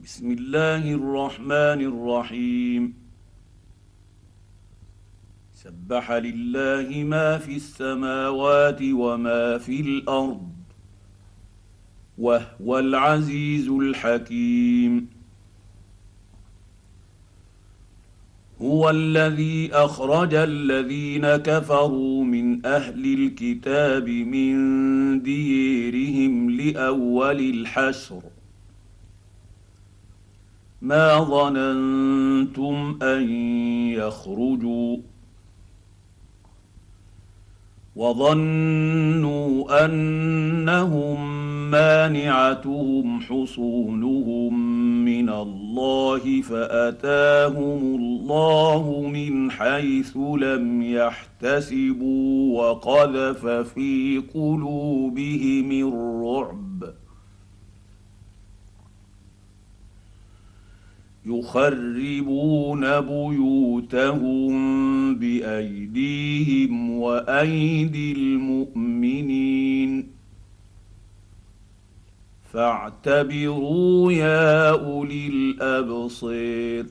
بسم الله الرحمن الرحيم. سبح لله ما في السماوات وما في الارض وهو العزيز الحكيم. هو الذي اخرج الذين كفروا من اهل الكتاب من ديرهم لاول الحشر ما ظننتم ان يخرجوا وظنوا انهم مانعتهم حصونهم من الله فاتاهم الله من حيث لم يحتسبوا وقذف في قلوبهم الرعب يخربون بيوتهم بايديهم وايدي المؤمنين فاعتبروا يا اولي الابصير.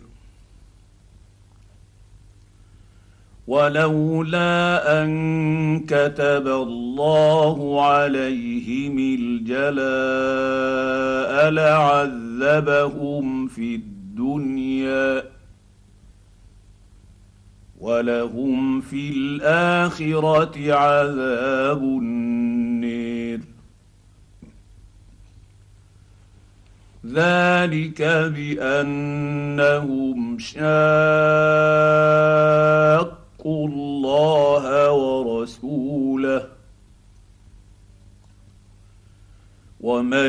ولولا ان كتب الله عليهم الجلاء لعذبهم في الدنيا ولهم في الاخره عذاب النير. ذلك بانهم شاقوا الله ورسوله ومن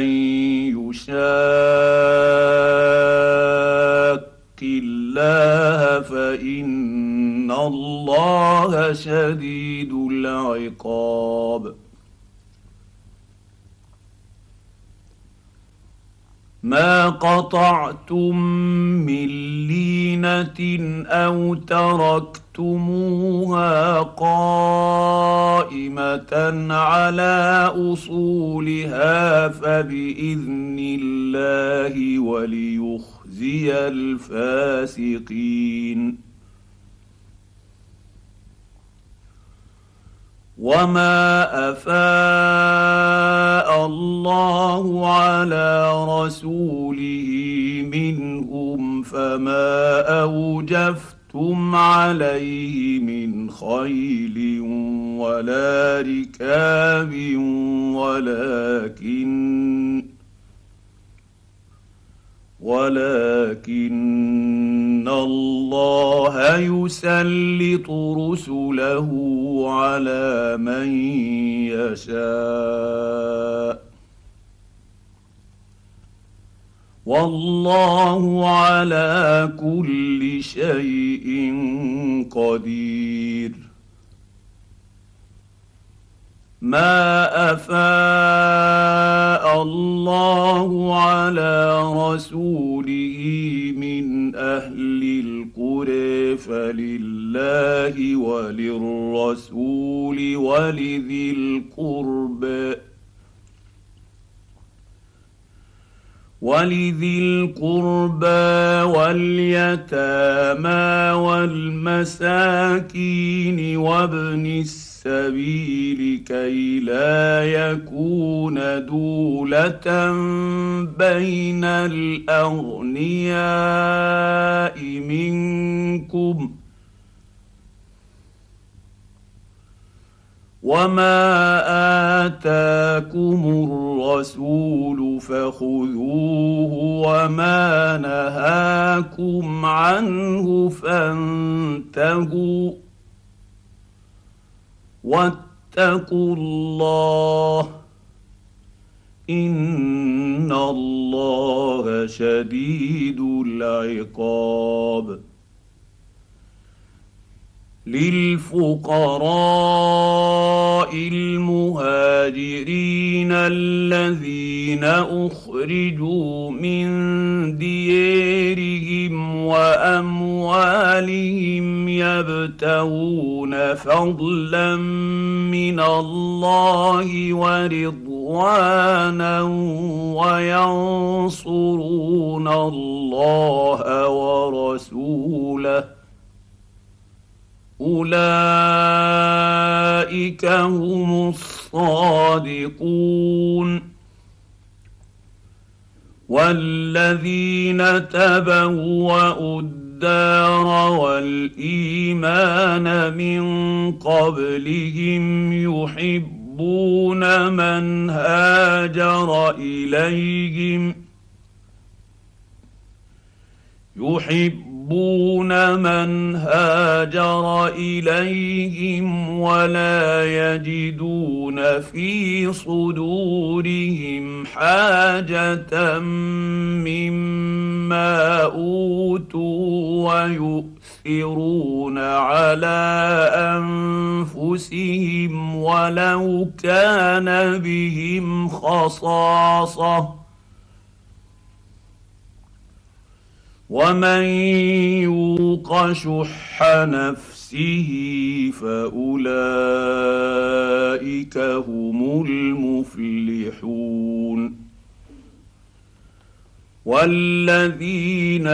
يشاق الله فان الله شديد العقاب. ما قطعتم من لينه او تركتموها قائمه على اصولها فباذن الله وليخزي الفاسقين. وما افاء الله على رسوله منهم فما اوجفتم عليه من خيل ولا ركاب ولكن الله يسلط رسله على من يشاء والله على كل شيء قدير. ما افاء الله على رسوله من اهل القرى فلله وللرسول ولذي القربى واليتامى والمساكين وابن السبيل كي لا يكون دولة بين الأغنياء منكم وما آتاكم الرسول فخذوه وما نهاكم عنه فانتهوا واتقوا الله إن الله شديد العقاب. للفقراء المهاجرين الذين اخرجوا من ديارهم واموالهم يبتغون فضلا من الله ورضوانا واخوانا وينصرون الله ورسوله اولئك هم الصادقون. والذين تبوأوا الدار والايمان من قبلهم يحبون من هاجر إليهم ولا يجدون في صدورهم حاجة مما أوتوا ويؤثرون على أنفسهم ولو كان بهم خصاصة ومن يوق شح نفسه فأولئك هم المفلحون. والذين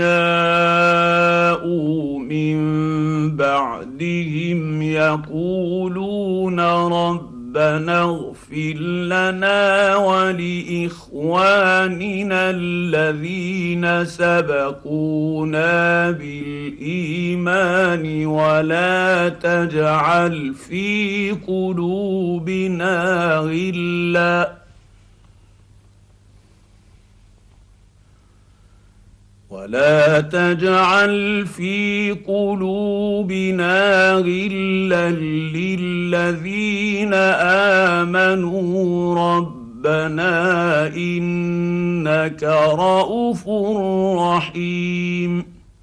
جاءوا من بعدهم يقولون ربنا اغفر لنا ولإخواننا الذين سبقونا بالإيمان ولا تجعل في قلوبنا غلا للذين آمنوا ربنا إنك رءوف رحيم.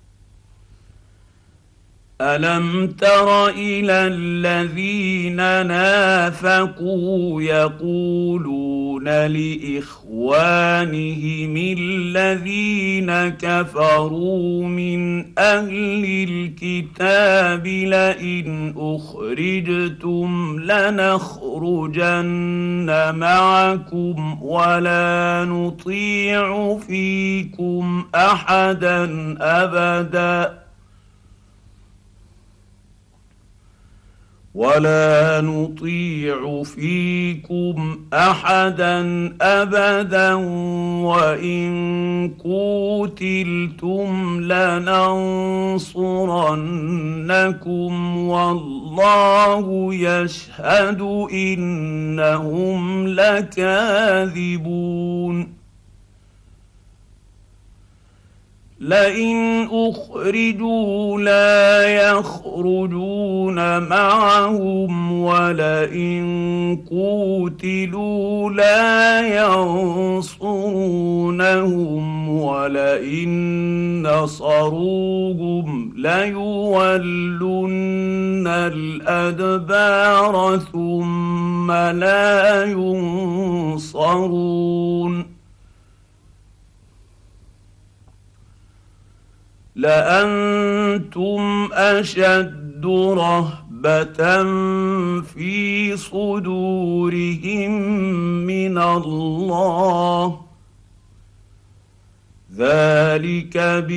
ألم تر إلى الذين نافقوا يقولون لإخوانهم الذين كفروا من أهل الكتاب لئن أخرجتم لنخرجن معكم ولا نطيع فيكم أحدا أبدا وإن قوتلتم لننصرنكم والله يشهد إنهم لكاذبون. لئن أخرجوا لا يخرجون معهم ولئن قوتلوا لا ينصرونهم ولئن نصروهم ليولن الأدبار ثم لا ينصرون. لأنتم أشد رهبة في صدورهم من الله ذلك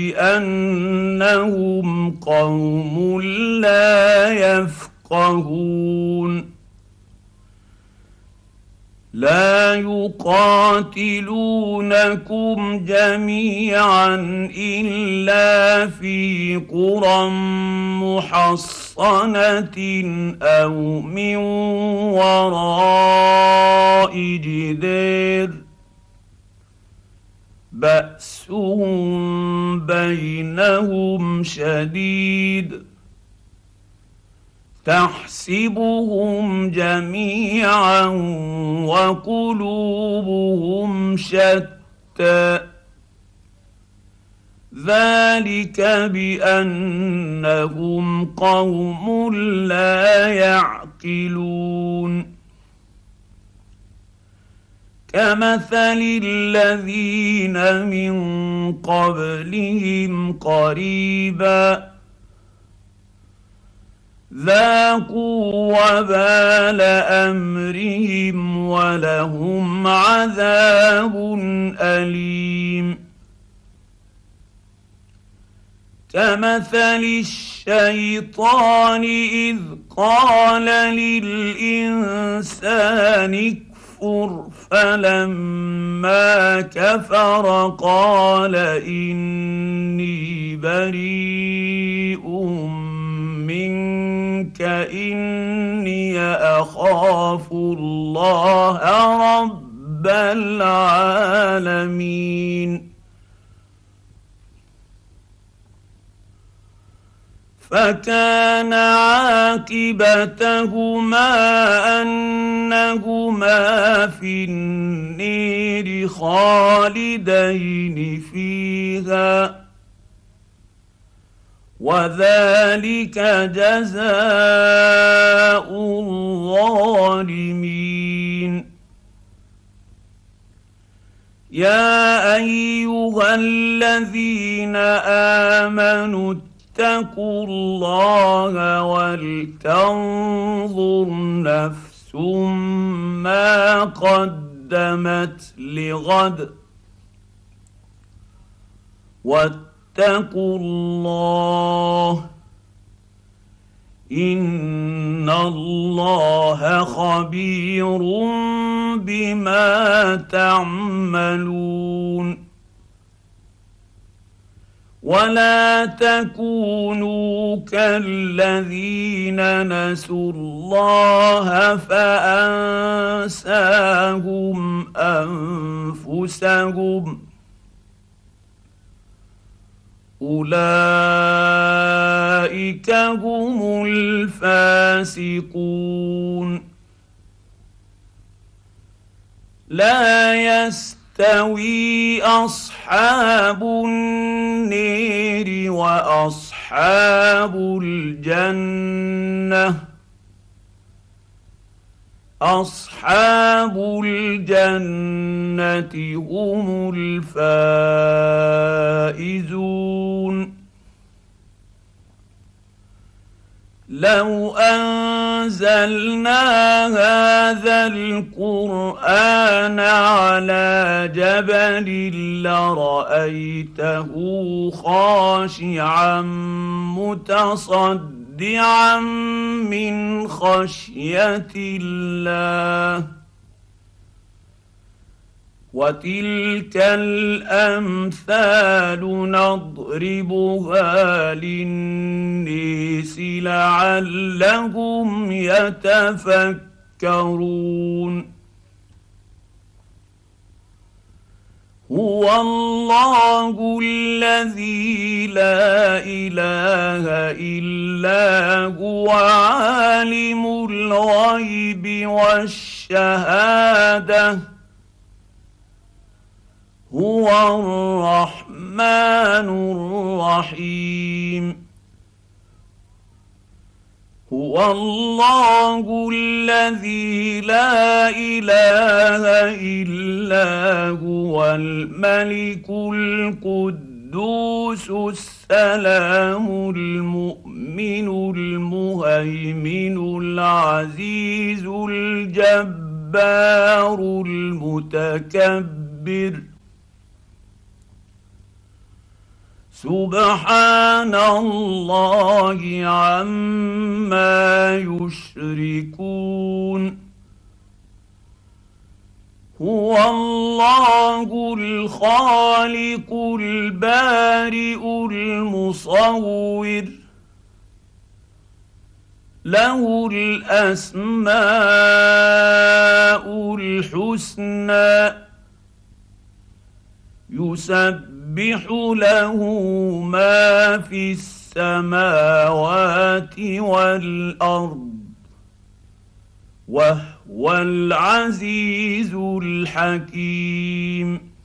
بأنهم قوم لا يفقهون. لا يقاتلونكم جميعا إلا في قرى محصنة أو من وراء جدار بأسهم بينهم شديد تحسبهم جميعا وقلوبهم شتى ذلك بأنهم قوم لا يعقلون. كمثل الذين من قبلهم قريبا ذاقوا وبال امرهم ولهم عذاب اليم. كمثل الشيطان اذ قال للانسان اكفر فلما كفر قال اني بريء منك اني اخاف الله رب العالمين. فكان عاقبتهما انهما في النير خالدين فيها وذلك جزاء الظالمين. يا ايها الذين امنوا اتقوا الله ولتنظر نفس ما قدمت لغد واتقوا الله ان الله خبير بما تعملون. ولا تكونوا كالذين نسوا الله فانساهم انفسهم اولئك هم الفاسقون. لا يستوي اصحاب النير واصحاب الجنه اصحاب الجنه هم الفائزون. لو انزلنا هذا القران على جبل لرايته خاشعا متصدعا من خشيه الله. وتلك الامثال نضربها للناس لعلهم يتفكرون. هو الله الذي لا اله الا هو عالم الغيب والشهاده هو الرحمن الرحيم. هو الله الذي لا اله الا هو الملك القدوس السلام المؤمن المهيمن العزيز الجبار المتكبر. سبحان الله عما يشركون. هو الله الخالق البارئ المصور له الاسماء الحسنى يسبح له ما في السماوات والارض وهو العزيز الحكيم.